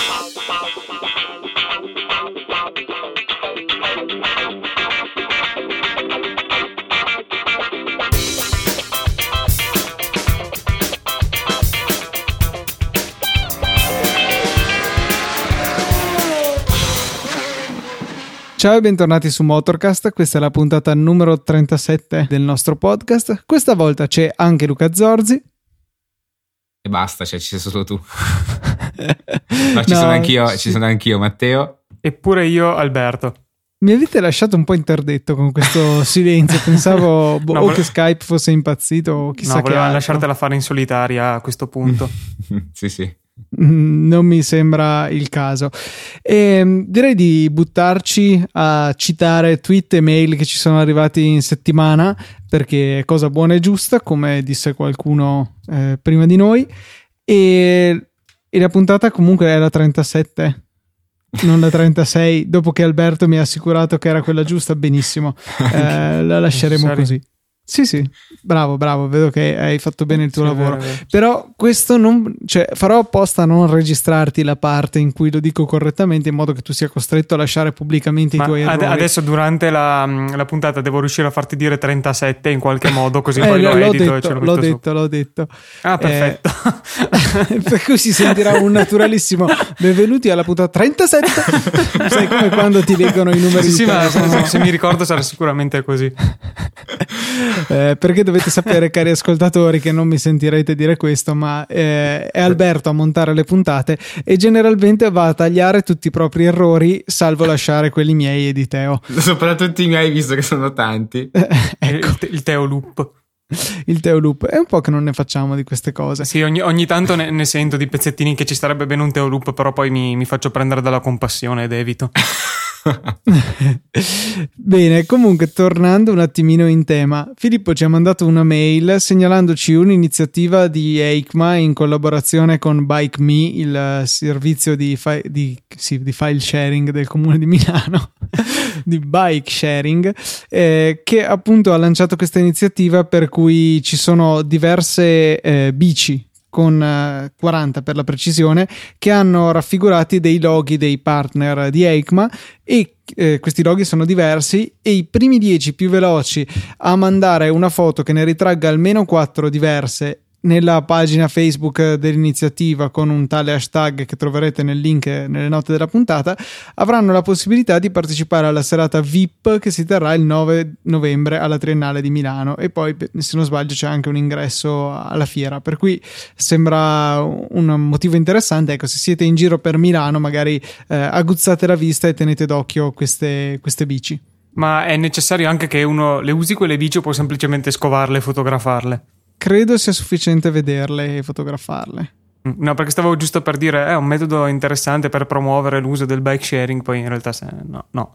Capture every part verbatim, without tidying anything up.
Ciao e bentornati su Motorcast, questa è la puntata numero trentasette del nostro podcast. Questa volta c'è anche Luca Zorzi. E basta, cioè ci sei solo tu. No, ci, no, sono anch'io, sì. ci sono anch'io, Matteo. Eppure io, Alberto. Mi avete lasciato un po' interdetto con questo silenzio, pensavo boh, no, o vole... che Skype fosse impazzito o chissà no, che altro. No, volevamo lasciartela fare in solitaria a questo punto. Sì, sì. Non mi sembra il caso. E direi di buttarci a citare tweet e mail che ci sono arrivati in settimana, perché è cosa buona e giusta, come disse qualcuno eh, prima di noi. E, e la puntata comunque è la trentasette, non la trentasei, dopo che Alberto mi ha assicurato che era quella giusta. Benissimo, eh, la lasceremo così. Sì, sì, bravo, bravo, vedo che hai fatto bene il tuo sì, lavoro. Vero, vero. Però questo non, cioè, farò apposta a non registrarti la parte in cui lo dico correttamente, in modo che tu sia costretto a lasciare pubblicamente Ma i tuoi errori. Adesso durante la, la puntata devo riuscire a farti dire trentasette in qualche modo, così eh, poi lo edito detto, e ce lo metto l'ho su. detto, l'ho detto. Ah, perfetto. Eh, per cui si sentirà un naturalissimo benvenuti alla puntata trentasette. Sai, come quando ti leggono i numeri sì, di sì, ma telefono. se mi ricordo sarà sicuramente così. Eh, perché dovete sapere, cari ascoltatori, che non mi sentirete dire questo, ma eh, è Alberto a montare le puntate e generalmente va a tagliare tutti i propri errori, salvo lasciare quelli miei e di Teo. Soprattutto i miei, visto che sono tanti. Eh, ecco. il, il Teo Loop. Il Teo Loop. È un po' che non ne facciamo di queste cose. Sì, ogni, ogni tanto ne, ne sento di pezzettini che ci starebbe bene un Teo Loop, però poi mi, mi faccio prendere dalla compassione ed evito. Bene, comunque tornando un attimino in tema, Filippo ci ha mandato una mail segnalandoci un'iniziativa di EICMA in collaborazione con BikeMe, il servizio di, fi- di, sì, di file sharing del comune di Milano di bike sharing, eh, che appunto ha lanciato questa iniziativa per cui ci sono diverse eh, bici con uh, quaranta per la precisione, che hanno raffigurati dei loghi dei partner di EICMA e eh, questi loghi sono diversi e i primi dieci più veloci a mandare una foto che ne ritragga almeno quattro diverse nella pagina Facebook dell'iniziativa con un tale hashtag che troverete nel link nelle note della puntata, avranno la possibilità di partecipare alla serata V I P che si terrà il nove novembre alla Triennale di Milano, e poi, se non sbaglio, c'è anche un ingresso alla fiera, per cui sembra un motivo interessante. Ecco, se siete in giro per Milano magari eh, aguzzate la vista e tenete d'occhio queste, queste bici. Ma è necessario anche che uno le usi quelle bici o può semplicemente scovarle e fotografarle? Credo sia sufficiente vederle e fotografarle. No, perché stavo giusto per dire è un metodo interessante per promuovere l'uso del bike sharing, poi in realtà se, no, no.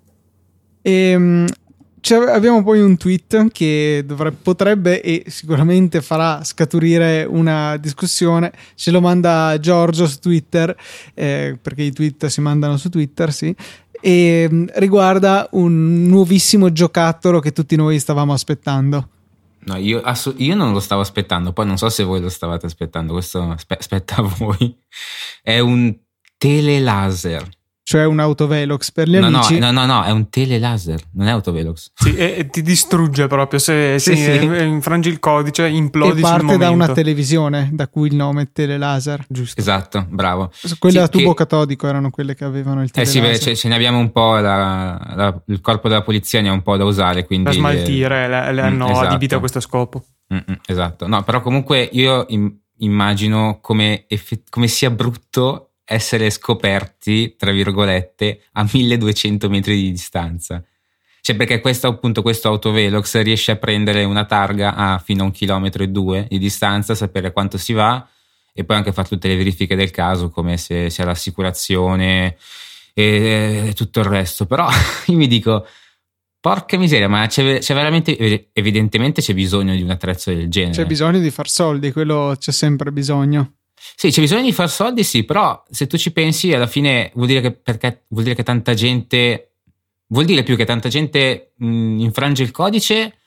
E, cioè, abbiamo poi un tweet che dovrebbe, potrebbe e sicuramente farà scaturire una discussione. Ce lo manda Giorgio su Twitter, eh, perché i tweet si mandano su Twitter, sì. E riguarda un nuovissimo giocattolo che tutti noi stavamo aspettando. No, io, assu- io non lo stavo aspettando, poi non so se voi lo stavate aspettando, questo spe- spetta a voi. È un telelaser. Cioè un autovelox per gli no, amici? No, no, no, no, è un telelaser, non è autovelox. Sì, e, e ti distrugge proprio, se, sì, se sì. infrangi il codice, implodi e sul momento. parte da una televisione, da cui il nome telelaser. Giusto. Esatto, bravo. Quelle sì, a tubo che... catodico erano quelle che avevano il telelaser. Eh sì, beh, ce, ce ne abbiamo un po', la, la, il corpo della polizia ne ha un po' da usare, quindi... Da smaltire, le, le hanno mm, esatto. adibite a questo scopo. Mm-mm, esatto, no, però comunque io im- immagino come, eff- come sia brutto essere scoperti, tra virgolette, a milleduecento metri di distanza. Cioè, perché questo appunto questo autovelox riesce a prendere una targa a fino a un chilometro e due di distanza, sapere quanto si va e poi anche fare tutte le verifiche del caso, come se sia l'assicurazione e, e tutto il resto. Però io mi dico, porca miseria, ma c'è, c'è veramente, evidentemente c'è bisogno di un attrezzo del genere. C'è bisogno di far soldi, quello c'è sempre bisogno. Sì, c'è bisogno di far soldi, sì, però se tu ci pensi, alla fine vuol dire che perché vuol dire che tanta gente vuol dire più che tanta gente mh, infrange il codice,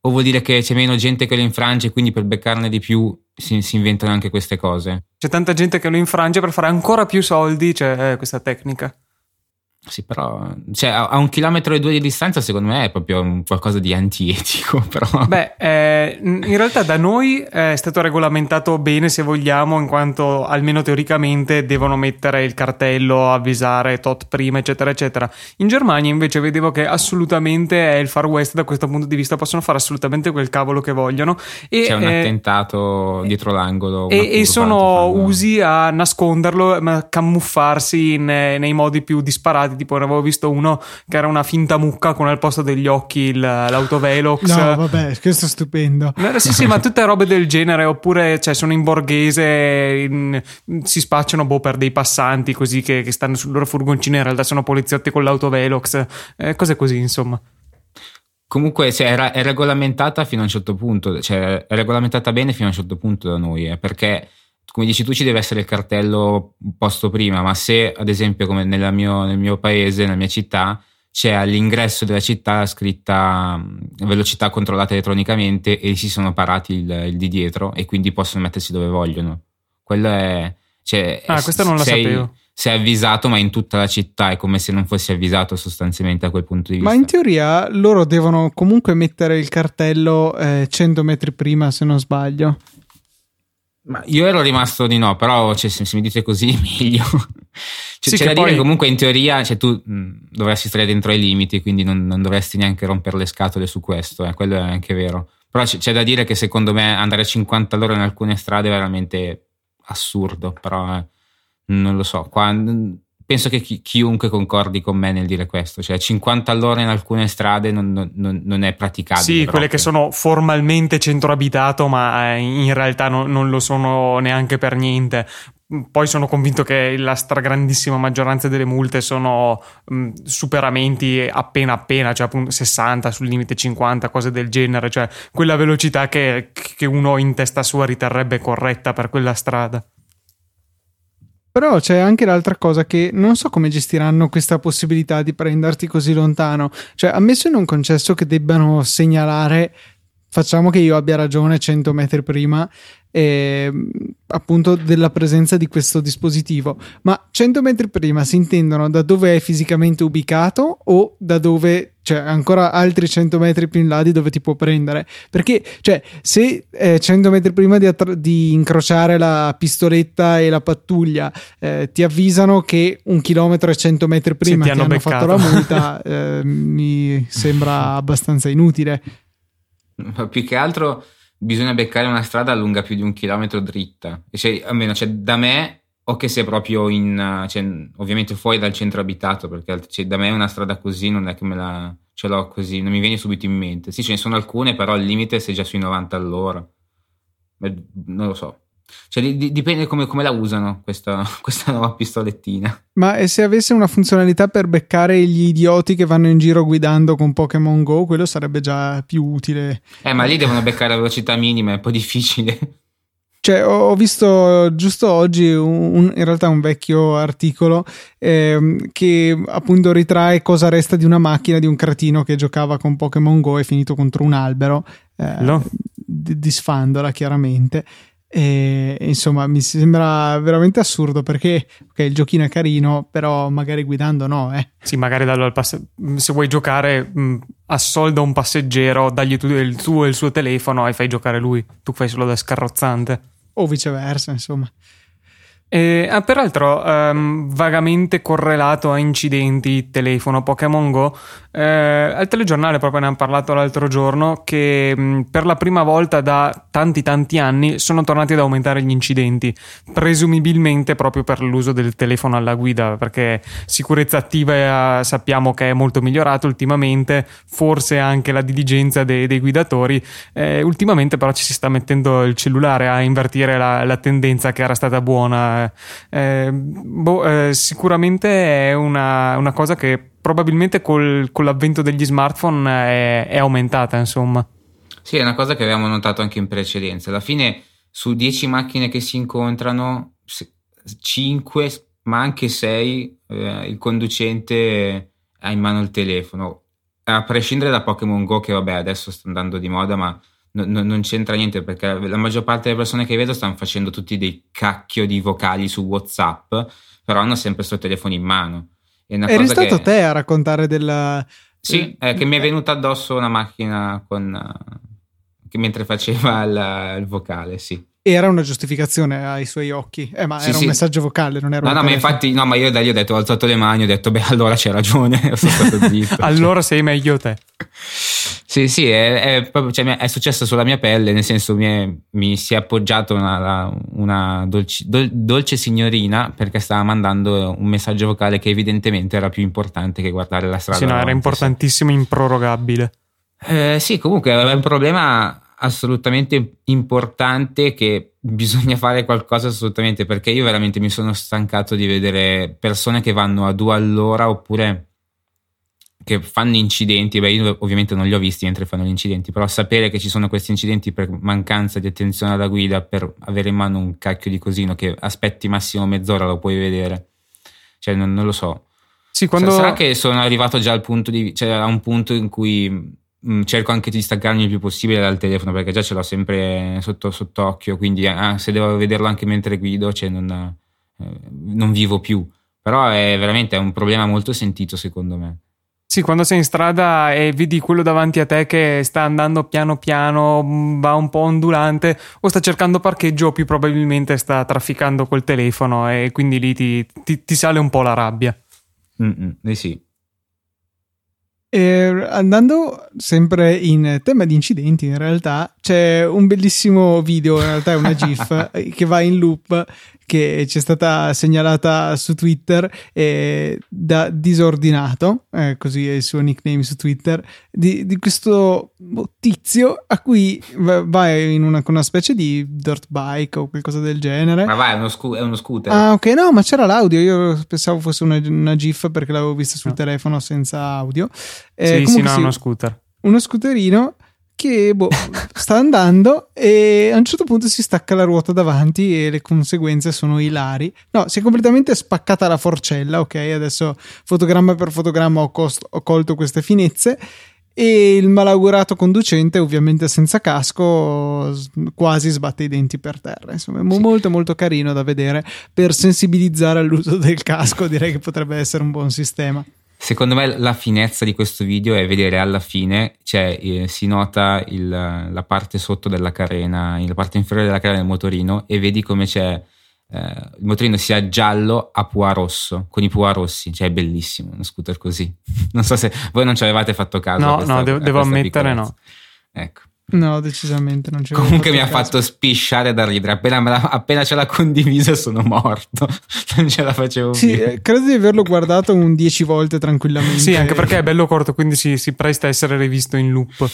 o vuol dire che c'è meno gente che lo infrange, quindi per beccarne di più si, si inventano anche queste cose? C'è tanta gente che lo infrange per fare ancora più soldi, c'è eh, questa tecnica. Sì, però cioè, a un chilometro e due di distanza secondo me è proprio un qualcosa di antietico. Però. Beh, eh, in realtà da noi è stato regolamentato bene, se vogliamo, in quanto almeno teoricamente devono mettere il cartello, avvisare tot prima, eccetera, eccetera. In Germania invece vedevo che assolutamente è il Far West da questo punto di vista, possono fare assolutamente quel cavolo che vogliono. E, c'è un eh, attentato dietro l'angolo. E, e sono fanno... usi a nasconderlo, ma camuffarsi in, nei modi più disparati. Tipo ne avevo visto uno che era una finta mucca con al posto degli occhi il, l'autovelox. No vabbè, questo è stupendo. Sì sì, ma tutte robe del genere. Oppure cioè, sono in borghese, in, si spacciano boh, per dei passanti così che, che stanno sul loro furgoncino, in realtà sono poliziotti con l'autovelox, eh, cose così insomma. Comunque cioè, era, è regolamentata fino a un certo punto, cioè è regolamentata bene fino a un certo punto da noi, eh, perché come dici tu ci deve essere il cartello posto prima, ma se ad esempio come nella mio, nel mio paese, nella mia città, c'è all'ingresso della città scritta velocità controllata elettronicamente e si sono parati il, il di dietro e quindi possono mettersi dove vogliono. Quello è... Cioè, ah, questa non la sei, sapevo. Sei avvisato, ma in tutta la città è come se non fossi avvisato sostanzialmente a quel punto di vista. Ma in teoria loro devono comunque mettere il cartello eh, cento metri prima, se non sbaglio. Ma io ero rimasto di no, però cioè, se, se mi dite così meglio. Cioè, sì, c'è da poi... dire che comunque in teoria cioè, tu mh, dovresti stare dentro ai limiti, quindi non, non dovresti neanche rompere le scatole su questo, eh, quello è anche vero. Però c'è, c'è da dire che secondo me andare a cinquanta all'ora in alcune strade è veramente assurdo, però eh, non lo so. Qua, penso che chi, chiunque concordi con me nel dire questo, cioè cinquanta all'ora in alcune strade non, non, non è praticabile. Sì, proprio. Quelle che sono formalmente centro abitato, ma in realtà non, non lo sono neanche per niente. Poi sono convinto che la stragrandissima maggioranza delle multe sono mh, superamenti appena appena, cioè appunto sessanta sul limite cinquanta, cose del genere, cioè quella velocità che, che uno in testa sua riterrebbe corretta per quella strada. Però c'è anche l'altra cosa, che non so come gestiranno questa possibilità di prenderti così lontano. Cioè, ammesso e non concesso che debbano segnalare, facciamo che io abbia ragione cento metri prima, eh, appunto della presenza di questo dispositivo, ma cento metri prima si intendono da dove è fisicamente ubicato o da dove, cioè ancora altri cento metri più in là di dove ti può prendere? Perché cioè se eh, cento metri prima di, attra- di incrociare la pistoletta e la pattuglia eh, ti avvisano che un chilometro e cento metri prima ti ti hanno hanno beccato. fatto la multa, eh, mi sembra abbastanza inutile. Ma più che altro bisogna beccare una strada lunga più di un chilometro dritta, cioè, almeno cioè, da me, o che sia proprio in cioè, ovviamente fuori dal centro abitato, perché cioè, da me una strada così non è che me la ce l'ho così, non mi viene subito in mente. Sì, ce ne sono alcune, però al limite sei già sui novanta all'ora. Non lo so. Cioè, di, dipende come, come la usano questa, questa nuova pistolettina. Ma e se avesse una funzionalità per beccare gli idioti che vanno in giro guidando con Pokémon Go, quello sarebbe già più utile. Eh, ma lì devono beccare a velocità minima, è un po' difficile. Cioè, ho visto giusto oggi un, in realtà un vecchio articolo eh, che appunto ritrae cosa resta di una macchina di un cretino che giocava con Pokémon Go e finito contro un albero, eh, no. disfandola chiaramente. E, insomma, mi sembra veramente assurdo, perché ok, il giochino è carino, però magari guidando no, eh. Sì, magari dallo al passe- se vuoi giocare mh, assolda un passeggero, dagli tu il tuo e il suo telefono e fai giocare lui, tu fai solo da scarrozzante. O viceversa, insomma. E, ah, peraltro, um, vagamente correlato a incidenti telefono Pokémon Go, eh, al telegiornale proprio ne hanno parlato l'altro giorno che mh, per la prima volta da tanti tanti anni sono tornati ad aumentare gli incidenti, presumibilmente proprio per l'uso del telefono alla guida, perché sicurezza attiva eh, sappiamo che è molto migliorato ultimamente, forse anche la diligenza dei, dei guidatori, eh, ultimamente però ci si sta mettendo il cellulare a invertire la, la tendenza che era stata buona. Eh, boh, eh, sicuramente è una, una cosa che probabilmente col, con l'avvento degli smartphone è, è aumentata, insomma. Sì, è una cosa che avevamo notato anche in precedenza. Alla fine su dieci macchine che si incontrano, cinque ma anche sei eh, il conducente ha in mano il telefono. a prescindere da Pokémon Go, che vabbè adesso sta andando di moda, ma no, no, non c'entra niente, perché la maggior parte delle persone che vedo stanno facendo tutti dei cacchio di vocali su WhatsApp, però hanno sempre il suo telefono in mano. È una Eri cosa stato che... te a raccontare della... Sì, è che mi è venuta addosso una macchina con... che mentre faceva il, il vocale, sì. Era una giustificazione ai suoi occhi, eh, ma sì, era sì. un messaggio vocale, non era no un no telefono. ma infatti no ma io da lì ho detto, ho alzato le mani, ho detto beh allora c'è ragione, sono stato zitto. Allora sei meglio te. Sì sì è, è, proprio, cioè, è successo sulla mia pelle, nel senso mi, è, mi si è appoggiata una, una dolce, dol, dolce signorina perché stava mandando un messaggio vocale che evidentemente era più importante che guardare la strada sì no davanti, era importantissimo, sì. Improrogabile. Eh, sì, comunque è un problema assolutamente importante che bisogna fare qualcosa assolutamente, perché io veramente mi sono stancato di vedere persone che vanno a due all'ora oppure che fanno incidenti. Beh, io ovviamente non li ho visti mentre fanno gli incidenti, però sapere che ci sono questi incidenti per mancanza di attenzione alla guida, per avere in mano un cacchio di cosino che aspetti massimo mezz'ora lo puoi vedere, cioè non, non lo so. Sì, quando... sarà che sono arrivato già al punto di, cioè a un punto in cui cerco anche di staccarmi il più possibile dal telefono, perché già ce l'ho sempre sotto sott'occhio, quindi ah, se devo vederlo anche mentre guido, cioè non, eh, non vivo più. Però è veramente è un problema molto sentito, secondo me. Sì, quando sei in strada e vedi quello davanti a te che sta andando piano piano, va un po' ondulante, o sta cercando parcheggio, o più probabilmente sta trafficando col telefono, e quindi lì ti, ti, ti sale un po' la rabbia. Mm-mm, eh sì. E andando sempre in tema di incidenti, in realtà c'è un bellissimo video, in realtà è una GIF che va in loop, che ci è stata segnalata su Twitter eh, da Disordinato, eh, così è il suo nickname su Twitter, di, di questo tizio a cui va in una, con una specie di dirt bike o qualcosa del genere. Ma va, è uno, scu- è uno scooter. Ah, ok, no, ma c'era l'audio, io pensavo fosse una, una GIF perché l'avevo vista sul no. telefono senza audio. Eh, sì, sì, no, sì, uno scooter. Uno scooterino che boh, sta andando e a un certo punto si stacca la ruota davanti e le conseguenze sono ilari. No, si è completamente spaccata la forcella, ok? Adesso fotogramma per fotogramma ho, cost- ho colto queste finezze e il malaugurato conducente, ovviamente senza casco, quasi sbatte i denti per terra. Insomma, è sì. molto molto carino da vedere. Per sensibilizzare all'uso del casco direi che potrebbe essere un buon sistema. Secondo me la finezza di questo video è vedere alla fine, cioè eh, si nota il, la parte sotto della carena, la parte inferiore della carena del motorino, e vedi come c'è eh, il motorino sia giallo a pua rosso, con i pua rossi, cioè è bellissimo uno scooter così. Non so se voi non ci avevate fatto caso. No, a questa, no, devo, devo ammettere no. Ecco. No, decisamente non c'è. Comunque mi ha fatto spisciare da ridere. Appena, me la, appena ce l'ha condivisa sono morto. Non ce la facevo sì, più. Eh, credo di averlo guardato un dieci volte tranquillamente. Sì, anche perché è bello corto, quindi si, si presta a essere rivisto in loop.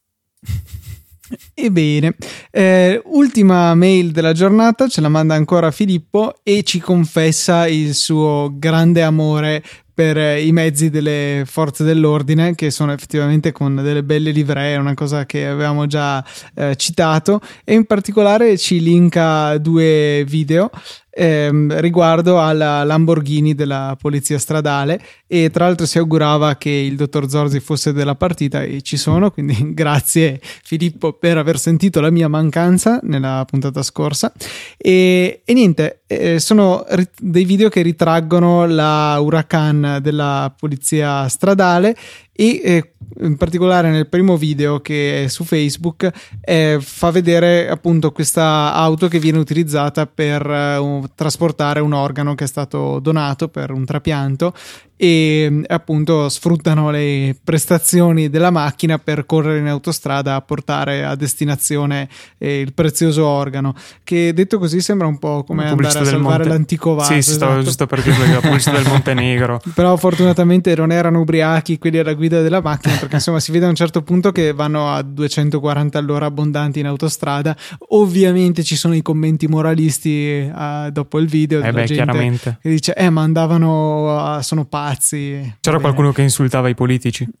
Ebbene, eh, ultima mail della giornata ce la manda ancora Filippo e ci confessa il suo grande amore per i mezzi delle forze dell'ordine, che sono effettivamente con delle belle livree, una cosa che avevamo già eh, citato, e in particolare ci linka due video ehm, riguardo alla Lamborghini della polizia stradale, e tra l'altro si augurava che il dottor Zorzi fosse della partita, e ci sono, quindi grazie Filippo per aver sentito la mia mancanza nella puntata scorsa. E, e niente, eh, sono rit- dei video che ritraggono la Huracan della polizia stradale, e eh, in particolare nel primo video, che è su Facebook, eh, fa vedere appunto questa auto che viene utilizzata per eh, un, trasportare un organo che è stato donato per un trapianto, e appunto sfruttano le prestazioni della macchina per correre in autostrada a portare a destinazione eh, il prezioso organo, che detto così sembra un po' come andare a salvare Monte... l'antico vaso. Sì, sì, stavo esatto. giusto per dirlo, la pubblicità del Montenegro. Però fortunatamente non erano ubriachi quelli alla guida della macchina, perché insomma si vede a un certo punto che vanno a duecentoquaranta all'ora abbondanti in autostrada. Ovviamente ci sono i commenti moralisti eh, dopo il video, eh della beh, gente chiaramente, che dice eh ma andavano a, sono pazzi. C'era Bene. Qualcuno che insultava i politici.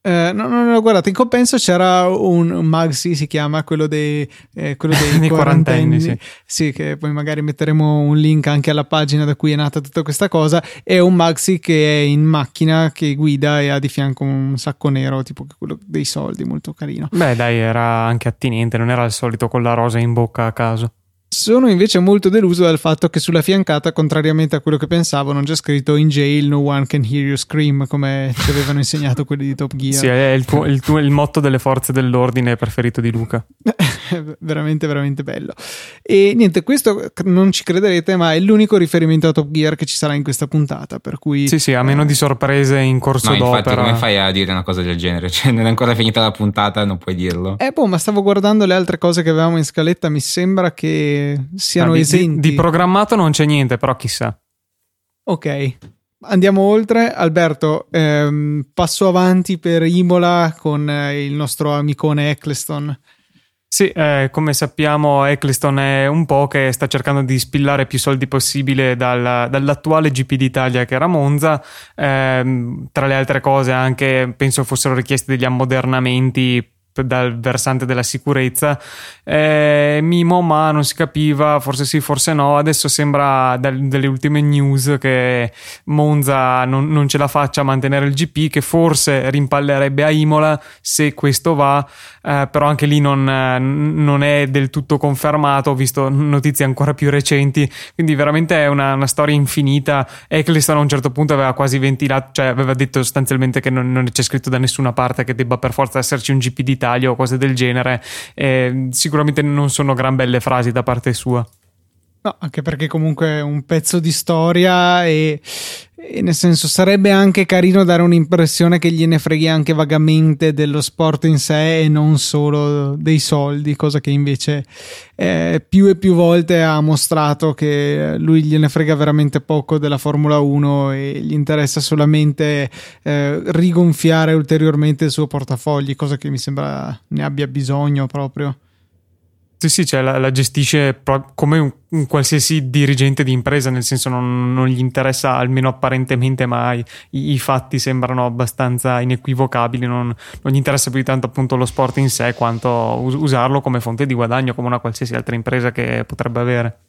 Uh, no, no, no, guardate, in compenso c'era un, un Maxi, si chiama, quello dei, eh, quello dei, dei quarantenni, sì. sì, che poi magari metteremo un link anche alla pagina da cui è nata tutta questa cosa. È un Maxi che è in macchina, che guida e ha di fianco un sacco nero, tipo quello dei soldi, molto carino. Beh, dai, era anche attinente, non era il solito con la rosa in bocca a caso. Sono invece molto deluso dal fatto che sulla fiancata, contrariamente a quello che pensavo, non c'è scritto "In jail no one can hear you scream", come ci avevano insegnato quelli di Top Gear. Sì, è il, tuo, il, tuo, il motto delle forze dell'ordine preferito di Luca. Veramente veramente bello. E niente, questo non ci crederete, ma è l'unico riferimento a Top Gear che ci sarà in questa puntata, per cui sì sì, a meno eh... di sorprese in corso no, d'opera. Infatti, come fai a dire una cosa del genere? Cioè, non è ancora finita la puntata, non puoi dirlo. Eh boh, ma stavo guardando le altre cose che avevamo in scaletta, mi sembra che siano ah, di, esenti. Di, di programmato non c'è niente, però chissà. Ok, andiamo oltre. Alberto, ehm, passo avanti per Imola con eh, il nostro amicone Eccleston. Sì, eh, come sappiamo Eccleston è un po' che sta cercando di spillare più soldi possibile dal, dall'attuale G P d'Italia che era Monza, eh, tra le altre cose anche penso fossero richiesti degli ammodernamenti dal versante della sicurezza. eh, Mimo ma non si capiva, forse sì forse no. Adesso sembra dal, dalle ultime news che Monza non, non ce la faccia a mantenere il G P, che forse rimpallerebbe a Imola se questo va, eh, però anche lì non, non è del tutto confermato, ho visto notizie ancora più recenti, quindi veramente è una, una storia infinita. Eccleston a un certo punto aveva quasi ventilato, cioè aveva detto sostanzialmente che non, non c'è scritto da nessuna parte che debba per forza esserci un G P d'Italia o cose del genere. Eh, sicuramente non sono gran belle frasi da parte sua. No, anche perché comunque è un pezzo di storia e, e nel senso sarebbe anche carino dare un'impressione che gliene freghi anche vagamente dello sport in sé e non solo dei soldi, cosa che invece eh, più e più volte ha mostrato che lui gliene frega veramente poco della Formula uno e gli interessa solamente eh, rigonfiare ulteriormente il suo portafogli, cosa che mi sembra ne abbia bisogno proprio. Sì, sì, cioè la, la gestisce pro- come un, un qualsiasi dirigente di impresa, nel senso non, non gli interessa, almeno apparentemente mai, I, i fatti sembrano abbastanza inequivocabili, non, non gli interessa più di tanto appunto lo sport in sé quanto us- usarlo come fonte di guadagno, come una qualsiasi altra impresa che potrebbe avere.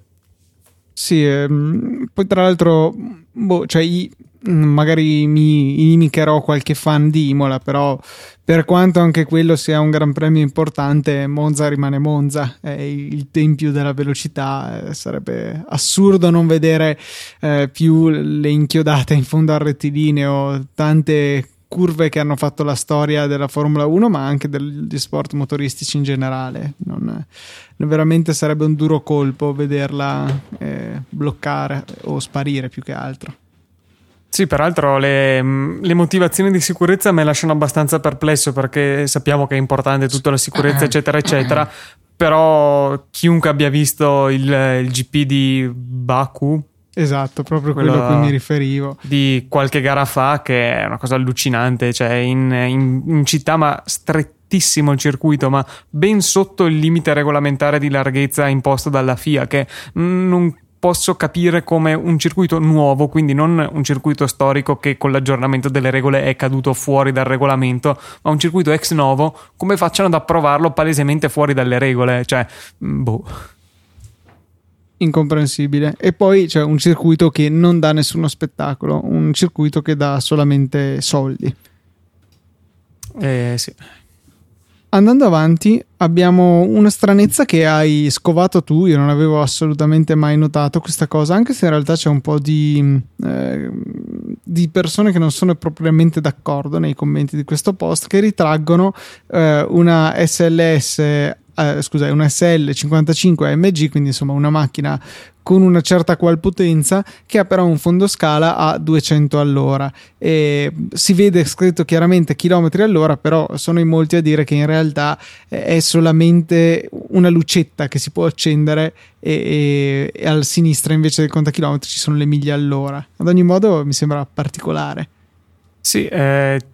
Sì, ehm, poi tra l'altro, boh, cioè i, magari mi inimicherò qualche fan di Imola, però per quanto anche quello sia un gran premio importante, Monza rimane Monza, è il tempio della velocità, eh, sarebbe assurdo non vedere eh, più le inchiodate in fondo al rettilineo, tante curve che hanno fatto la storia della Formula uno ma anche degli sport motoristici in generale. Non, veramente sarebbe un duro colpo vederla eh, bloccare o sparire più che altro. Sì, peraltro le, le motivazioni di sicurezza me lasciano abbastanza perplesso, perché sappiamo che è importante tutta la sicurezza eccetera eccetera, però chiunque abbia visto il, il G P di Baku, esatto, proprio quello, quello a cui mi riferivo, di qualche gara fa, che è una cosa allucinante, cioè in, in, in città ma strettissimo il circuito, ma ben sotto il limite regolamentare di larghezza imposto dalla F I A, che non posso capire come un circuito nuovo, quindi non un circuito storico che con l'aggiornamento delle regole è caduto fuori dal regolamento, ma un circuito ex novo, come facciano ad approvarlo palesemente fuori dalle regole, cioè boh, incomprensibile. E poi c'è un circuito che non dà nessuno spettacolo, un circuito che dà solamente soldi. Eh sì. Andando avanti abbiamo una stranezza che hai scovato tu, io non avevo assolutamente mai notato questa cosa, anche se in realtà c'è un po' di, eh, di persone che non sono propriamente d'accordo nei commenti di questo post, che ritraggono eh, una S L S Eh, scusa, una S L cinquantacinque A M G, quindi insomma una macchina con una certa qual potenza, che ha però un fondoscala a duecento all'ora e si vede scritto chiaramente chilometri all'ora, però sono in molti a dire che in realtà è solamente una lucetta che si può accendere e, e, e al sinistra invece del contachilometri ci sono le miglia all'ora. Ad ogni modo mi sembra particolare. Sì, eh,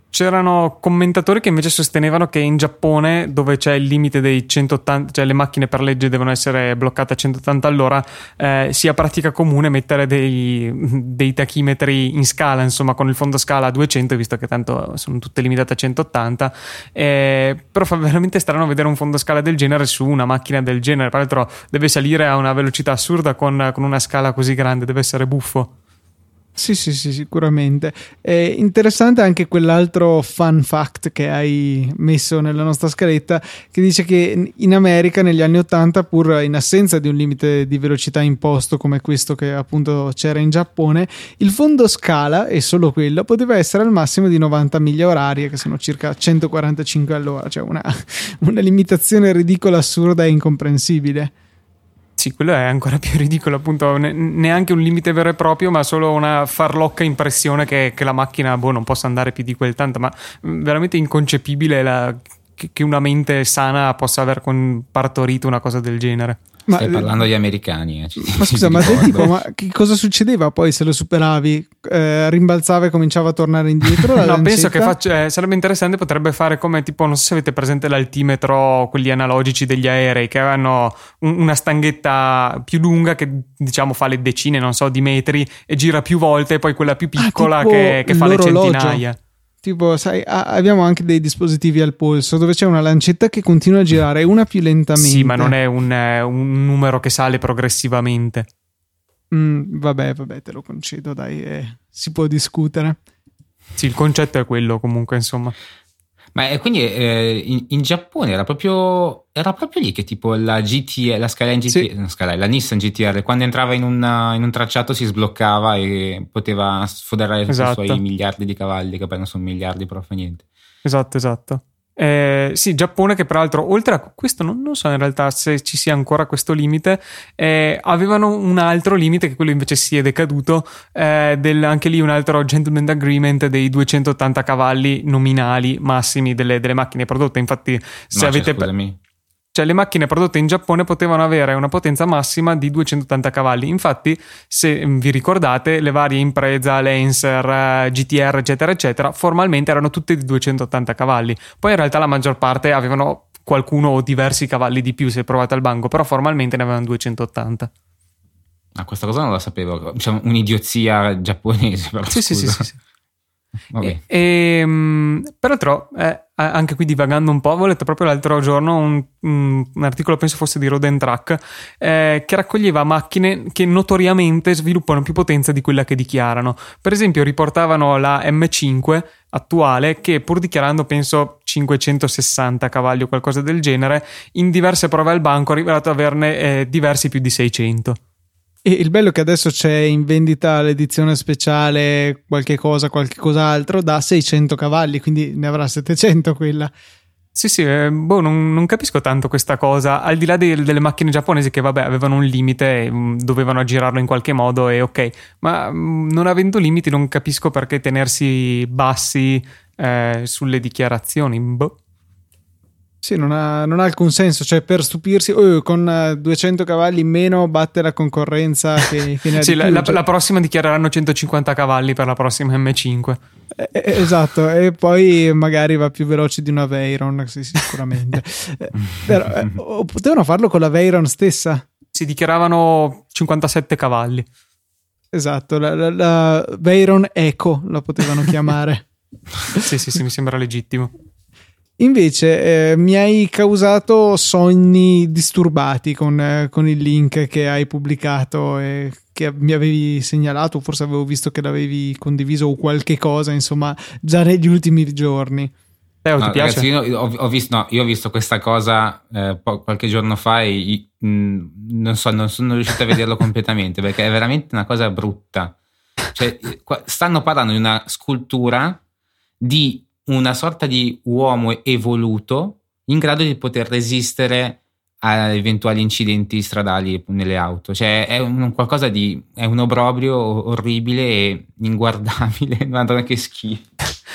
C'erano commentatori che invece sostenevano che in Giappone, dove c'è il limite dei centottanta, cioè le macchine per legge devono essere bloccate a centottanta all'ora, eh, sia pratica comune mettere dei, dei tachimetri in scala, insomma con il fondo scala a duecento, visto che tanto sono tutte limitate a centottanta. Eh, però fa veramente strano vedere un fondo scala del genere su una macchina del genere. Tra l'altro deve salire a una velocità assurda con, con una scala così grande, deve essere buffo. Sì, sì, sì, sicuramente. È interessante anche quell'altro fun fact che hai messo nella nostra scaletta, che dice che in America negli anni ottanta, pur in assenza di un limite di velocità imposto come questo che appunto c'era in Giappone, il fondo scala, e solo quello, poteva essere al massimo di novanta miglia orarie, che sono circa centoquarantacinque all'ora, cioè una, una limitazione ridicola, assurda e incomprensibile. Sì, quello è ancora più ridicolo, appunto, neanche un limite vero e proprio, ma solo una farlocca impressione che, che la macchina boh, non possa andare più di quel tanto, ma veramente inconcepibile la, che, che una mente sana possa aver partorito una cosa del genere. Ma, Stai parlando agli americani. Eh. Ma scusa, ma, tipo, ma che cosa succedeva poi se lo superavi? Eh, rimbalzava e cominciava a tornare indietro? No, lancetta? Penso che faccia, eh, sarebbe interessante, potrebbe fare come tipo, non so se avete presente l'altimetro, quelli analogici degli aerei, che avevano un, una stanghetta più lunga che diciamo fa le decine, non so, di metri e gira più volte, e poi quella più piccola ah, che, che fa le centinaia. Tipo, sai, abbiamo anche dei dispositivi al polso dove c'è una lancetta che continua a girare, una più lentamente. Sì, ma non è un, un numero che sale progressivamente. Mm, vabbè, vabbè, te lo concedo, dai, eh, si può discutere. Sì, il concetto è quello, comunque, insomma. Ma eh, quindi eh, in, in Giappone era proprio era proprio lì che tipo la G T la Skyline G T sì. no, Skyline, la Nissan G T R, quando entrava in, una, in un tracciato si sbloccava e poteva sfoderare esatto. i suoi miliardi di cavalli, che poi non sono miliardi, però fa niente. Esatto, esatto. Eh, sì, Giappone, che peraltro oltre a questo non, non so in realtà se ci sia ancora questo limite, eh, avevano un altro limite che quello invece si è decaduto, eh, del, anche lì un altro gentleman agreement dei duecentottanta cavalli nominali massimi delle, delle macchine prodotte. Infatti se no, avete cioè, scusami. Cioè le macchine prodotte in Giappone potevano avere una potenza massima di duecentottanta cavalli. Infatti, se vi ricordate, le varie Impreza, Lancer, G T R, eccetera, eccetera, formalmente erano tutte di duecentottanta cavalli. Poi in realtà la maggior parte avevano qualcuno o diversi cavalli di più, se provate al banco, però formalmente ne avevano duecentottanta. Ah, questa cosa non la sapevo. Diciamo un'idiozia giapponese, però sì, sì, sì, sì, sì. Okay. E, e, peraltro eh, anche qui divagando un po', ho letto proprio l'altro giorno un, un, un articolo, penso fosse di Road and Track, eh, che raccoglieva macchine che notoriamente sviluppano più potenza di quella che dichiarano. Per esempio riportavano la M cinque attuale che, pur dichiarando penso cinquecentosessanta cavalli o qualcosa del genere, in diverse prove al banco ha rivelato averne eh, diversi più di seicento. E il bello è che adesso c'è in vendita l'edizione speciale, qualche cosa, qualche cos'altro, da seicento cavalli, quindi ne avrà settecento quella. Sì, sì, eh, boh, non, non capisco tanto questa cosa, al di là de, delle macchine giapponesi che vabbè avevano un limite e mh, dovevano aggirarlo in qualche modo e ok, ma mh, non avendo limiti non capisco perché tenersi bassi eh, sulle dichiarazioni, boh. Sì, non ha, non ha alcun senso, cioè per stupirsi oh, con duecento cavalli in meno batte la concorrenza che, che ne ha sì, di la, più, la, cioè. La prossima dichiareranno centocinquanta cavalli per la prossima M cinque. Eh, esatto, e poi magari va più veloce di una Veyron, sì, sicuramente. Però, eh, potevano farlo con la Veyron stessa? Si dichiaravano cinquantasette cavalli. Esatto, la, la, la Veyron Eco la potevano chiamare. sì, sì, sì, mi sembra legittimo. Invece eh, mi hai causato sogni disturbati con, eh, con il link che hai pubblicato e che mi avevi segnalato, forse avevo visto che l'avevi condiviso o qualche cosa, insomma, già negli ultimi giorni. Eh, no, ti piace? Ragazzi, io ho, ho visto, no, io ho visto questa cosa eh, po- qualche giorno fa e mh, non so, non sono riuscito a vederlo completamente perché è veramente una cosa brutta. Cioè, qua, stanno parlando di una scultura di una sorta di uomo evoluto in grado di poter resistere a eventuali incidenti stradali nelle auto. Cioè è un qualcosa di è un obbrobrio orribile e inguardabile. Madonna che schifo.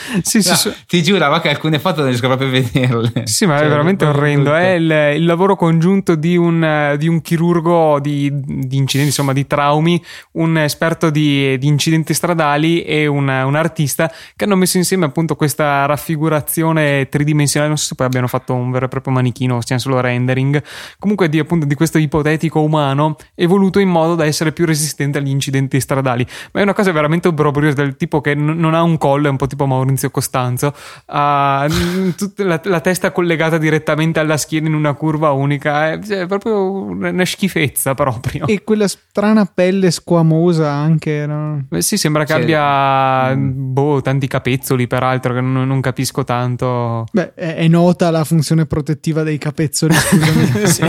sì, sì, no, sì. Ti giurava che alcune foto non riesco proprio a vederle. Sì, ma cioè, è veramente orrendo. È il, il lavoro congiunto di un, di un chirurgo di, di incidenti, insomma, di traumi, un esperto di, di incidenti stradali e un, un artista che hanno messo insieme appunto questa raffigurazione tridimensionale. Non so se poi abbiano fatto un vero e proprio manichino o stiano solo rendering. Comunque, di, appunto, di questo ipotetico umano evoluto in modo da essere più resistente agli incidenti stradali. Ma è una cosa veramente obbrobriosa, del tipo che n- non ha un collo, è un po' tipo Maurizio Costanzo, ha tutta la, la testa collegata direttamente alla schiena in una curva unica, è, è proprio una schifezza proprio. E quella strana pelle squamosa anche, no? Beh, sì, sembra che C'è... abbia mm. boh, tanti capezzoli, peraltro, che non, non capisco tanto. Beh, è, è nota la funzione protettiva dei capezzoli, scusami. Sì.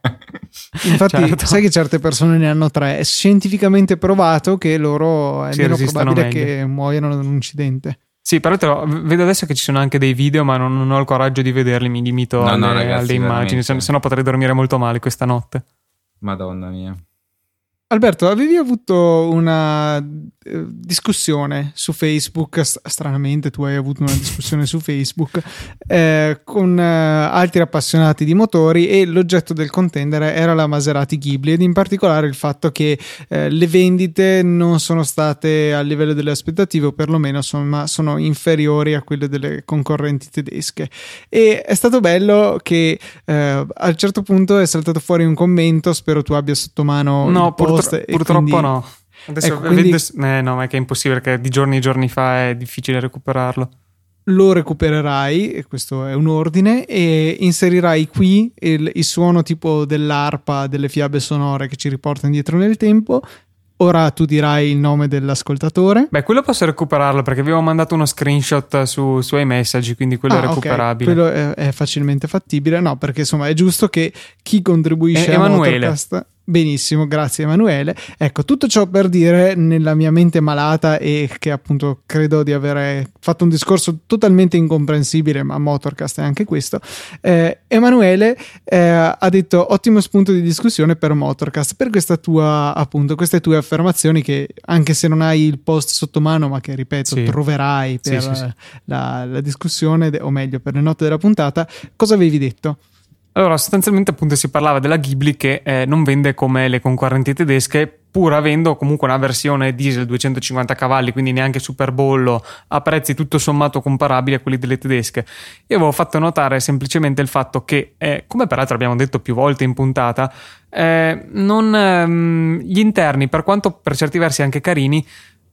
Infatti, certo. sai che certe persone ne hanno tre. È scientificamente provato che loro è Si meno resistono probabile meglio. che muoiano da un incidente. Sì, peraltro vedo adesso che ci sono anche dei video, ma non, non ho il coraggio di vederli, mi limito No, alle, no, ragazzi, alle immagini, veramente. se, se no potrei dormire molto male questa notte. Madonna mia. Alberto, avevi avuto una eh, discussione su Facebook, st- stranamente tu hai avuto una discussione su Facebook eh, con eh, altri appassionati di motori, e l'oggetto del contendere era la Maserati Ghibli, ed in particolare il fatto che eh, le vendite non sono state a livello delle aspettative, o perlomeno insomma sono inferiori a quelle delle concorrenti tedesche. E è stato bello che eh, a un certo punto è saltato fuori un commento, spero tu abbia sotto mano No, il post. purtro- E purtroppo quindi, no. Adesso ecco, quindi vedo- eh, no, ma è che è impossibile, perché di giorni e giorni fa è difficile recuperarlo. lo recupererai, e questo è un ordine, e inserirai qui il, il suono tipo dell'arpa delle fiabe sonore che ci riporta indietro nel tempo. Ora tu dirai il nome dell'ascoltatore. Beh, quello posso recuperarlo, perché avevo mandato uno screenshot su, su iMessage, quindi quello Ah, è ok, recuperabile. quello è, è facilmente fattibile. No, perché insomma è giusto che chi contribuisce Eh, a Emanuele. Motorcast... Benissimo, grazie Emanuele. Ecco, tutto ciò per dire, nella mia mente malata, e che appunto credo di avere fatto un discorso totalmente incomprensibile, ma Motorcast è anche questo, eh, Emanuele eh, ha detto ottimo spunto di discussione per Motorcast, per questa tua, appunto, queste tue affermazioni, che anche se non hai il post sotto mano, ma che ripeto Sì. troverai per Sì, sì, sì. La, la discussione, o meglio per le note della puntata, cosa avevi detto? Allora, sostanzialmente appunto si parlava della Ghibli che eh, non vende come le concorrenti tedesche, pur avendo comunque una versione diesel duecentocinquanta cavalli, quindi neanche super bollo, a prezzi tutto sommato comparabili a quelli delle tedesche. Io avevo fatto notare semplicemente il fatto che, eh, come peraltro abbiamo detto più volte in puntata, eh, non, ehm, gli interni, per quanto per certi versi anche carini,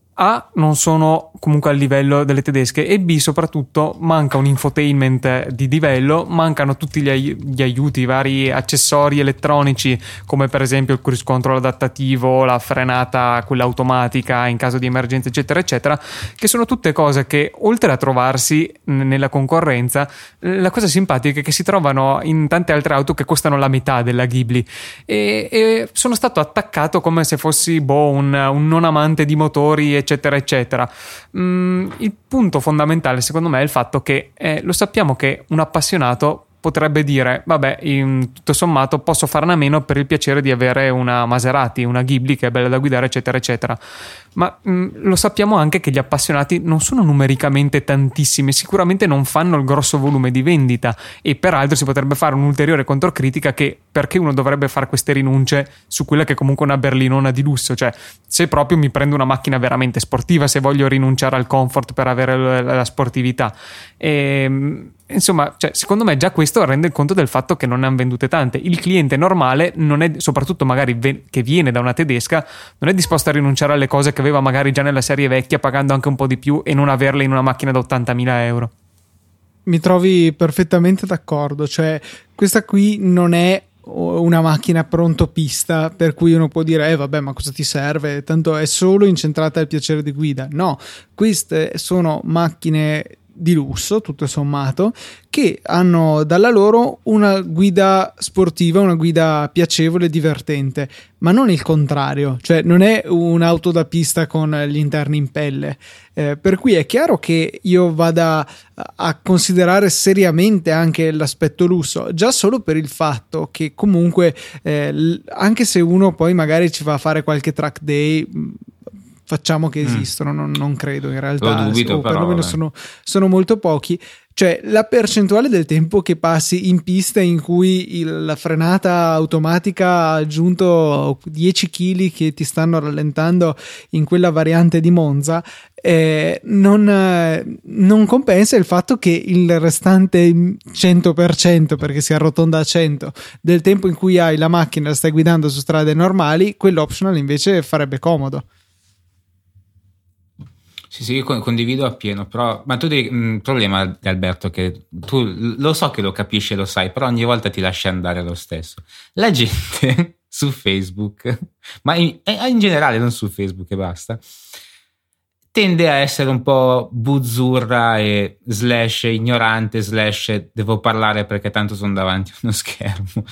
A, non sono comunque al livello delle tedesche, e B, soprattutto manca un infotainment di livello, mancano tutti gli, ai- gli aiuti, i vari accessori elettronici, come per esempio il cruise control adattativo, la frenata, quella automatica in caso di emergenza, eccetera eccetera, che sono tutte cose che, oltre a trovarsi n- nella concorrenza, la cosa simpatica è che si trovano in tante altre auto che costano la metà della Ghibli, e, e sono stato attaccato come se fossi boh, un, un non amante di motori, eccetera eccetera. Mm, il punto fondamentale secondo me è il fatto che eh, lo sappiamo che un appassionato potrebbe dire vabbè, in tutto sommato posso farne a meno per il piacere di avere una Maserati, una Ghibli che è bella da guidare, eccetera eccetera, ma mh, lo sappiamo anche che gli appassionati non sono numericamente tantissimi, sicuramente non fanno il grosso volume di vendita, e peraltro si potrebbe fare un'ulteriore controcritica che perché uno dovrebbe fare queste rinunce su quella che è comunque una berlinona di lusso, cioè se proprio mi prendo una macchina veramente sportiva, se voglio rinunciare al comfort per avere la, la sportività, e insomma, cioè, secondo me già questo rende conto del fatto che non ne hanno vendute tante. Il cliente normale non è, soprattutto magari ve- che viene da una tedesca, non è disposto a rinunciare alle cose che aveva magari già nella serie vecchia, pagando anche un po' di più, e non averle in una macchina da ottantamila euro. Mi trovi perfettamente d'accordo, cioè questa qui non è una macchina pronto pista per cui uno può dire eh vabbè, ma cosa ti serve, tanto è solo incentrata al piacere di guida. No, queste sono macchine di lusso tutto sommato, che hanno dalla loro una guida sportiva, una guida piacevole e divertente, ma non il contrario, cioè non è un'auto da pista con gli interni in pelle, eh, per cui è chiaro che io vada a considerare seriamente anche l'aspetto lusso, già solo per il fatto che comunque eh, anche se uno poi magari ci va a fare qualche track day facciamo che esistono, mm. non, non credo in realtà, lo dubito, o però, perlomeno sono, sono molto pochi. Cioè la percentuale del tempo che passi in pista in cui il, la frenata automatica ha aggiunto dieci chili che ti stanno rallentando in quella variante di Monza eh, non, eh, non compensa il fatto che il restante cento per cento, perché si arrotonda a cento, del tempo in cui hai la macchina e la stai guidando su strade normali, quell'optional invece farebbe comodo. Sì, sì, io condivido appieno, però, ma tu devi, il problema di Alberto è che tu lo so che lo capisci e lo sai, però ogni volta ti lasci andare lo stesso. La gente su Facebook, ma in, in generale non su Facebook e basta, tende a essere un po' buzzurra e slash ignorante, slash devo parlare perché tanto sono davanti a uno schermo.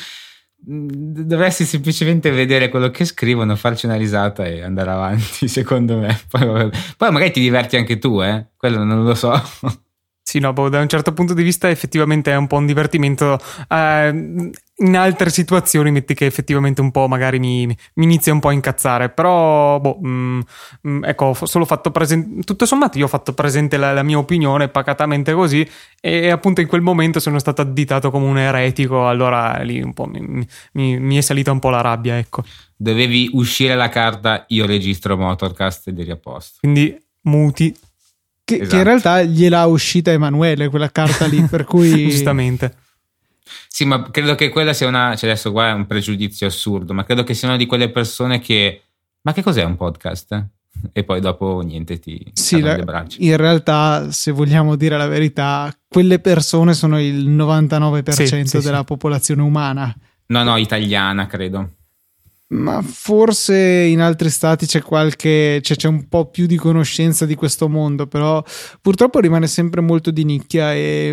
Dovresti semplicemente vedere quello che scrivono, farci una risata e andare avanti, secondo me. Poi, poi magari ti diverti anche tu, eh? Quello non lo so. Sì, no, boh, da un certo punto di vista effettivamente è un po' un divertimento. Eh, in altre situazioni metti che effettivamente un po' magari mi, mi inizia un po' a incazzare, però boh, mh, mh, ecco, ho solo fatto presente, tutto sommato io ho fatto presente la, la mia opinione pacatamente così, e appunto in quel momento sono stato additato come un eretico, allora lì un po' mi, mi, mi è salita un po' la rabbia, ecco. Dovevi uscire la carta io registro Motorcast ed eri a posto. Quindi muti. Che, esatto. che in realtà gliel'ha uscita Emanuele quella carta lì, per cui giustamente. Sì, ma credo che quella sia una, cioè adesso qua è un pregiudizio assurdo, ma credo che sia una di quelle persone che ma che cos'è un podcast? E poi dopo niente, ti sì, la, le braccia. In realtà, se vogliamo dire la verità, quelle persone sono il novantanove per cento sì, sì, della sì. popolazione umana. No, no, italiana credo. Ma forse in altri stati c'è qualche c'è, c'è un po' più di conoscenza di questo mondo, però purtroppo rimane sempre molto di nicchia, e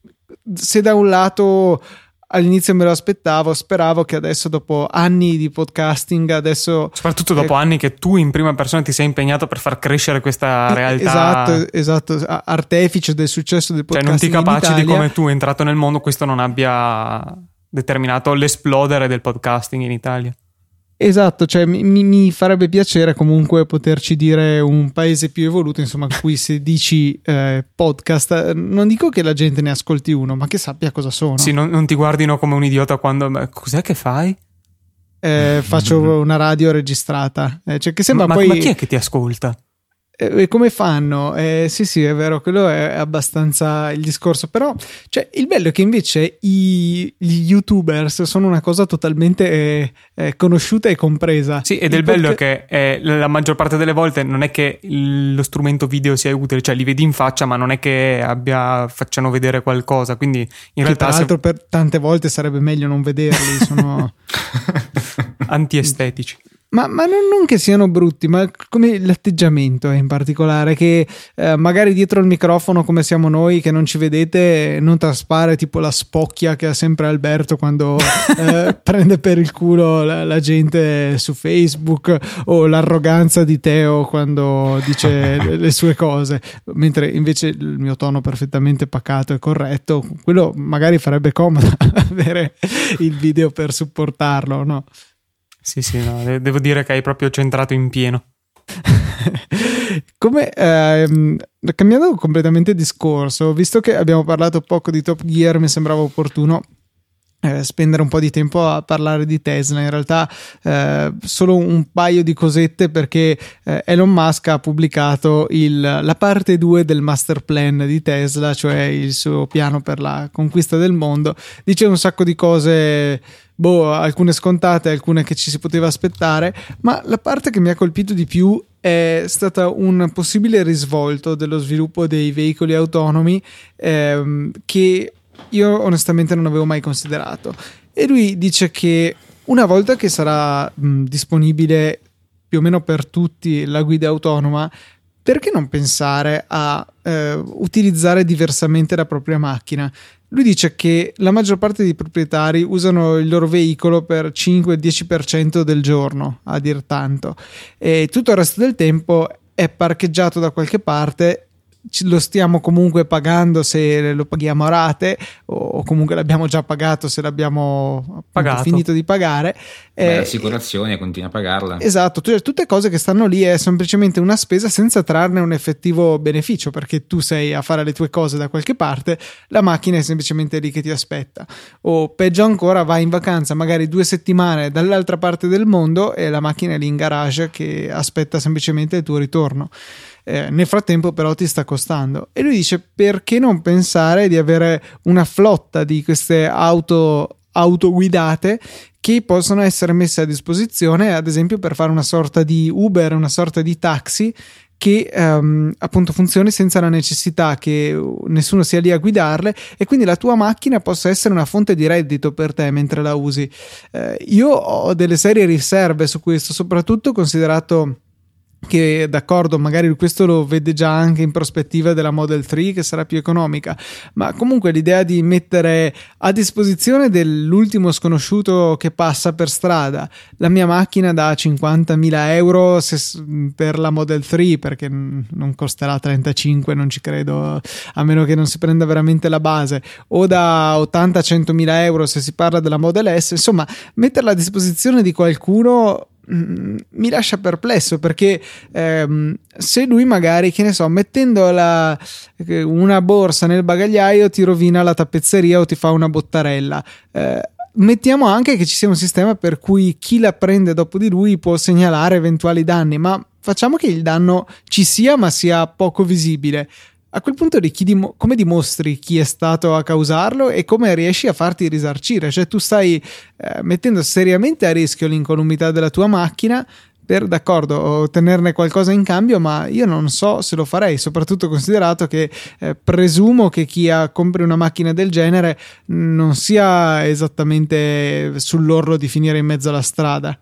se da un lato all'inizio me lo aspettavo, speravo che adesso, dopo anni di podcasting, adesso soprattutto dopo eh, anni che tu in prima persona ti sei impegnato per far crescere questa realtà, esatto, esatto, artefice del successo del podcasting, cioè non ti capaci in di come tu entrato nel mondo questo non abbia determinato l'esplodere del podcasting in Italia. Esatto, cioè mi, mi farebbe piacere comunque poterci dire un paese più evoluto, insomma, qui se dici eh, podcast, non dico che la gente ne ascolti uno, ma che sappia cosa sono. Sì, non, non ti guardino come un idiota quando ma cos'è che fai? Eh, faccio una radio registrata, eh, cioè che sembra ma, poi... ma chi è che ti ascolta? E come fanno? Eh, sì, sì, è vero, quello è abbastanza il discorso. Però, cioè, il bello è che invece i, gli YouTubers sono una cosa totalmente eh, eh, conosciuta e compresa. Sì, ed il, il bello perché... è che eh, la maggior parte delle volte non è che lo strumento video sia utile, cioè li vedi in faccia, ma non è che abbia facciano vedere qualcosa. Quindi, in che realtà, tra l'altro, se... per tante volte sarebbe meglio non vederli, sono antiestetici. Ma, ma non, non che siano brutti, ma come l'atteggiamento in particolare, che eh, magari dietro il microfono, come siamo noi, che non ci vedete, non traspare tipo la spocchia che ha sempre Alberto quando eh, prende per il culo la, la gente su Facebook, o l'arroganza di Teo quando dice le, le sue cose, mentre invece il mio tono perfettamente pacato e corretto, quello magari farebbe comodo avere il video per supportarlo, no? Sì, sì, no, devo dire che hai proprio centrato in pieno. Come ehm, cambiando completamente discorso, visto che abbiamo parlato poco di Top Gear, mi sembrava opportuno eh, spendere un po' di tempo a parlare di Tesla. In realtà eh, solo un paio di cosette, perché eh, Elon Musk ha pubblicato il, la parte due del master plan di Tesla, cioè il suo piano per la conquista del mondo. Dice un sacco di cose, boh, alcune scontate, alcune che ci si poteva aspettare, ma la parte che mi ha colpito di più è stata un possibile risvolto dello sviluppo dei veicoli autonomi ehm, che io onestamente non avevo mai considerato. E lui dice che una volta che sarà mh, disponibile più o meno per tutti la guida autonoma, perché non pensare a eh, utilizzare diversamente la propria macchina? Lui dice che la maggior parte dei proprietari usano il loro veicolo per cinque dieci per cento del giorno, a dir tanto, e tutto il resto del tempo è parcheggiato da qualche parte lo stiamo comunque pagando se lo paghiamo a rate, o comunque l'abbiamo già pagato se l'abbiamo pagato. finito di pagare. Beh, eh, l'assicurazione continua a pagarla. Esatto, tutte cose che stanno lì, è semplicemente una spesa senza trarne un effettivo beneficio, perché tu sei a fare le tue cose da qualche parte, la macchina è semplicemente lì che ti aspetta. O peggio ancora, vai in vacanza magari due settimane dall'altra parte del mondo e la macchina è lì in garage che aspetta semplicemente il tuo ritorno. Eh, nel frattempo però ti sta costando. E lui dice: perché non pensare di avere una flotta di queste auto autoguidate che possono essere messe a disposizione, ad esempio per fare una sorta di Uber, una sorta di taxi che um, appunto funzioni senza la necessità che nessuno sia lì a guidarle, e quindi la tua macchina possa essere una fonte di reddito per te mentre la usi. Eh, io ho delle serie riserve su questo, soprattutto considerato che, d'accordo, magari questo lo vede già anche in prospettiva della Model tre che sarà più economica, ma comunque l'idea di mettere a disposizione dell'ultimo sconosciuto che passa per strada la mia macchina da cinquantamila euro se, per la Model tre, perché non costerà trentacinque, non ci credo, a meno che non si prenda veramente la base, o da ottanta centomila euro se si parla della Model S, insomma metterla a disposizione di qualcuno mi lascia perplesso, perché ehm, se lui magari, che ne so, mettendo la, una borsa nel bagagliaio ti rovina la tappezzeria o ti fa una bottarella, eh, mettiamo anche che ci sia un sistema per cui chi la prende dopo di lui può segnalare eventuali danni, ma facciamo che il danno ci sia ma sia poco visibile. A quel punto di chi dim- come dimostri chi è stato a causarlo e come riesci a farti risarcire? Cioè tu stai eh, mettendo seriamente a rischio l'incolumità della tua macchina per, d'accordo, ottenerne qualcosa in cambio, ma io non so se lo farei, soprattutto considerato che eh, presumo che chi ha, compri una macchina del genere non sia esattamente sull'orlo di finire in mezzo alla strada.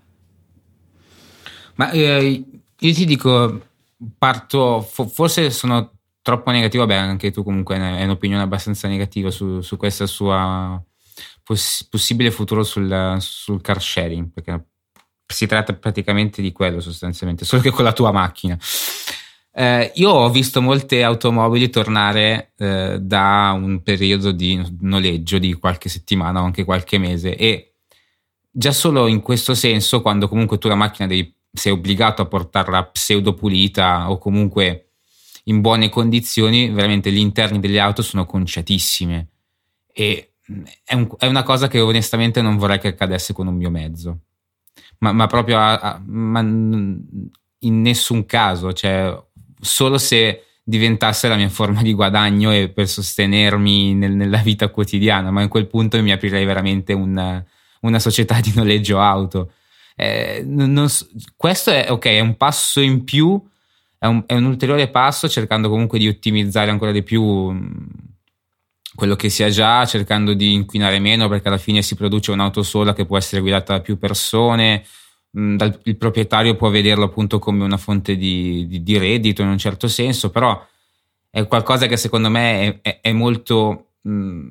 Ma eh, io ti dico, parto, fo- forse sono troppo negativo. Beh, anche tu comunque hai un'opinione abbastanza negativa su, su questo sua poss- possibile futuro sul, sul car sharing, perché si tratta praticamente di quello sostanzialmente, solo che con la tua macchina. Eh, io ho visto molte automobili tornare eh, da un periodo di noleggio di qualche settimana o anche qualche mese, e già solo in questo senso, quando comunque tu la macchina devi, sei obbligato a portarla pseudo pulita o comunque in buone condizioni, veramente gli interni delle auto sono conciatissime, e è, un, è una cosa che onestamente non vorrei che accadesse con un mio mezzo, ma, ma proprio a, a, ma in nessun caso, cioè solo se diventasse la mia forma di guadagno e per sostenermi nel, nella vita quotidiana, ma in quel punto mi aprirei veramente una, una società di noleggio auto. Eh, non, non, questo è ok, è un passo in più. È un, è un ulteriore passo, cercando comunque di ottimizzare ancora di più mh, quello che si ha già, cercando di inquinare meno, perché alla fine si produce un'auto sola che può essere guidata da più persone. Mh, dal, il proprietario può vederlo appunto come una fonte di, di, di reddito in un certo senso, però è qualcosa che secondo me è, è, è molto mh,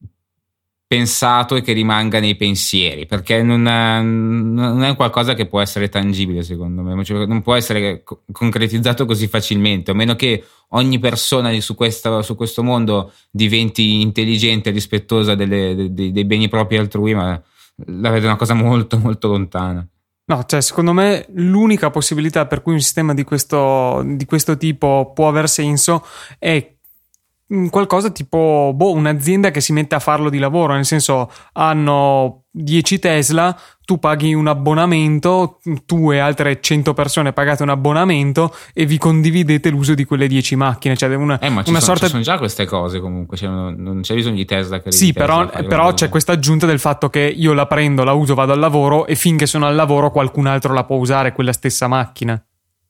pensato e che rimanga nei pensieri, perché non è, non è qualcosa che può essere tangibile, secondo me, cioè, non può essere co- concretizzato così facilmente, a meno che ogni persona su, questa, su questo mondo diventi intelligente e rispettosa delle, dei, dei beni propri altrui, ma la vedo una cosa molto molto lontana. No, cioè secondo me l'unica possibilità per cui un sistema di questo, di questo tipo può aver senso è qualcosa tipo boh, un'azienda che si mette a farlo di lavoro, nel senso, hanno dieci Tesla, tu paghi un abbonamento, tu e altre cento persone pagate un abbonamento e vi condividete l'uso di quelle dieci macchine, cioè una, eh, ma ci una sono, sorta ci sono già queste cose comunque, cioè non, non c'è bisogno di Tesla che sì, di Tesla però, però c'è questa aggiunta del fatto che io la prendo, la uso, vado al lavoro e finché sono al lavoro qualcun altro la può usare quella stessa macchina.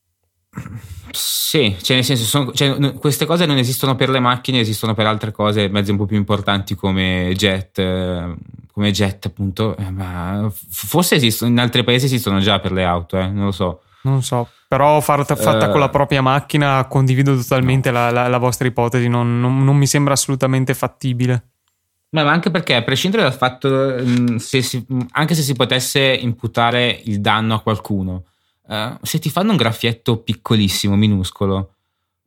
Sì, cioè nel senso, sono, cioè, queste cose non esistono per le macchine, esistono per altre cose, mezzi un po' più importanti come jet, eh, come jet appunto, eh, ma forse esistono, in altri paesi esistono già per le auto, eh, non lo so. Non so, però fatta, fatta uh, con la propria macchina condivido totalmente no. la, la, la vostra ipotesi, non, non, non mi sembra assolutamente fattibile. Ma anche perché, a prescindere dal fatto, se si, anche se si potesse imputare il danno a qualcuno, Uh, se ti fanno un graffietto piccolissimo, minuscolo,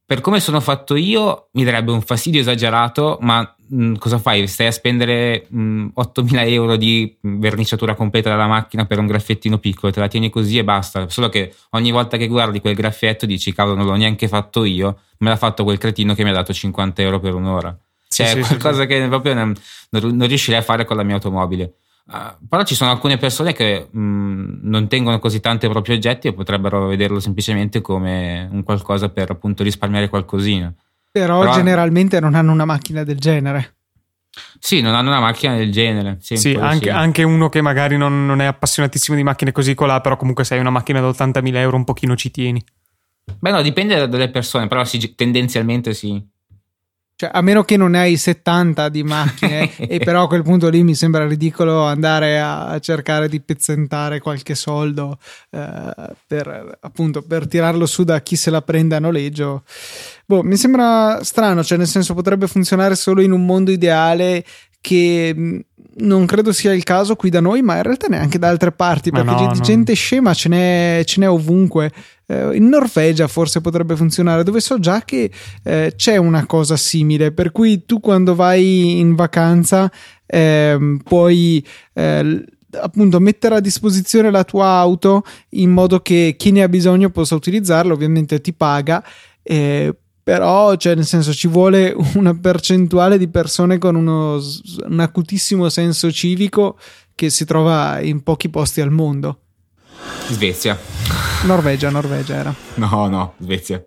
per come sono fatto io mi darebbe un fastidio esagerato, ma mh, cosa fai? Stai a spendere mh, ottomila euro di verniciatura completa della macchina per un graffiettino piccolo, te la tieni così e basta. Solo che ogni volta che guardi quel graffietto dici cavolo, non l'ho neanche fatto io, me l'ha fatto quel cretino che mi ha dato cinquanta euro per un'ora. Cioè sì, qualcosa sì, sì. che proprio non, non riuscirei a fare con la mia automobile. Uh, però ci sono alcune persone che mh, non tengono così tanto i propri oggetti e potrebbero vederlo semplicemente come un qualcosa per appunto risparmiare qualcosina. Però, però generalmente non hanno una macchina del genere. Sì, non hanno una macchina del genere. Sì, sì, anche, sì. anche uno che magari non, non è appassionatissimo di macchine così colà, però comunque se hai una macchina da ottantamila euro un pochino ci tieni. Beh no, dipende dalle persone, però sì, tendenzialmente sì. Cioè, a meno che non ne hai settanta di macchine, e però a quel punto lì mi sembra ridicolo andare a cercare di pezzentare qualche soldo eh, per appunto per tirarlo su da chi se la prende a noleggio. Boh, mi sembra strano, cioè nel senso potrebbe funzionare solo in un mondo ideale che non credo sia il caso qui da noi, ma in realtà neanche da altre parti, perché no, di no. gente scema ce n'è, ce n'è ovunque. Eh, in Norvegia forse potrebbe funzionare, dove so già che eh, c'è una cosa simile, per cui tu quando vai in vacanza eh, puoi eh, appunto mettere a disposizione la tua auto in modo che chi ne ha bisogno possa utilizzarla, ovviamente ti paga, eh, però cioè nel senso ci vuole una percentuale di persone con uno, un acutissimo senso civico che si trova in pochi posti al mondo. Svezia. Norvegia, Norvegia era. No, no, Svezia.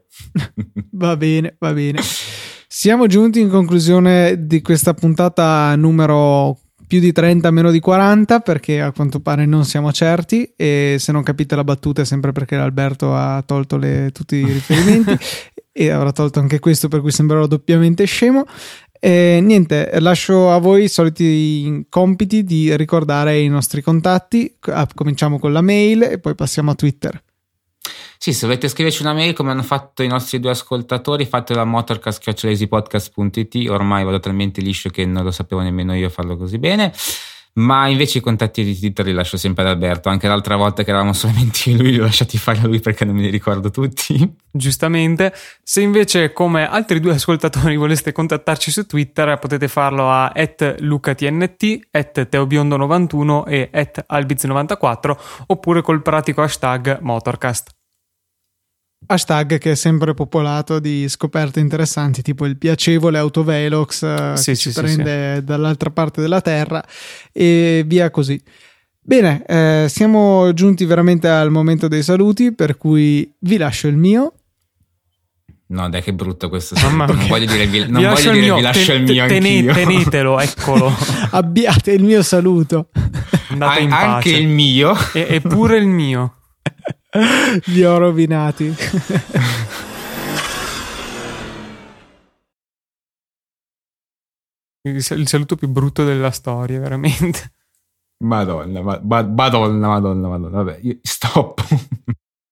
Va bene, va bene. Siamo giunti in conclusione di questa puntata numero più di trenta, meno di quaranta, perché a quanto pare non siamo certi, e se non capite la battuta è sempre perché Alberto ha tolto le, tutti i riferimenti e avrà tolto anche questo, per cui sembrerò doppiamente scemo. E niente, lascio a voi i soliti compiti di ricordare i nostri contatti. Cominciamo con la mail e poi passiamo a Twitter. Sì, se volete scriverci una mail come hanno fatto i nostri due ascoltatori, fatelo a motorcast chiocciola easypodcast punto it. Ormai vado talmente liscio che non lo sapevo nemmeno io farlo così bene. Ma invece i contatti di Twitter li lascio sempre ad Alberto. Anche l'altra volta che eravamo solamente io e lui li ho lasciati fare a lui perché non me li ricordo tutti. Giustamente. Se invece come altri due ascoltatori voleste contattarci su Twitter, potete farlo a at lucatnt, at teobiondo novantuno e at albiz novantaquattro, oppure col pratico hashtag motorcast. Hashtag che è sempre popolato di scoperte interessanti, tipo il piacevole autovelox sì, che sì, ci sì, prende sì. dall'altra parte della terra e via così. Bene, eh, siamo giunti veramente al momento dei saluti, per cui vi lascio il mio. No, dai, che brutto questo. Mamma non mia. voglio dire vi, non vi voglio lascio dire il mio, vi lascio ten, il mio ten, anch'io. Tenetelo, eccolo. Abbiate il mio saluto. Andate in pace. Anche il mio. E, e pure il mio. Li ho rovinati. Il, il saluto più brutto della storia, veramente. Madonna, ma, madonna, madonna, madonna. Vabbè, io, stop.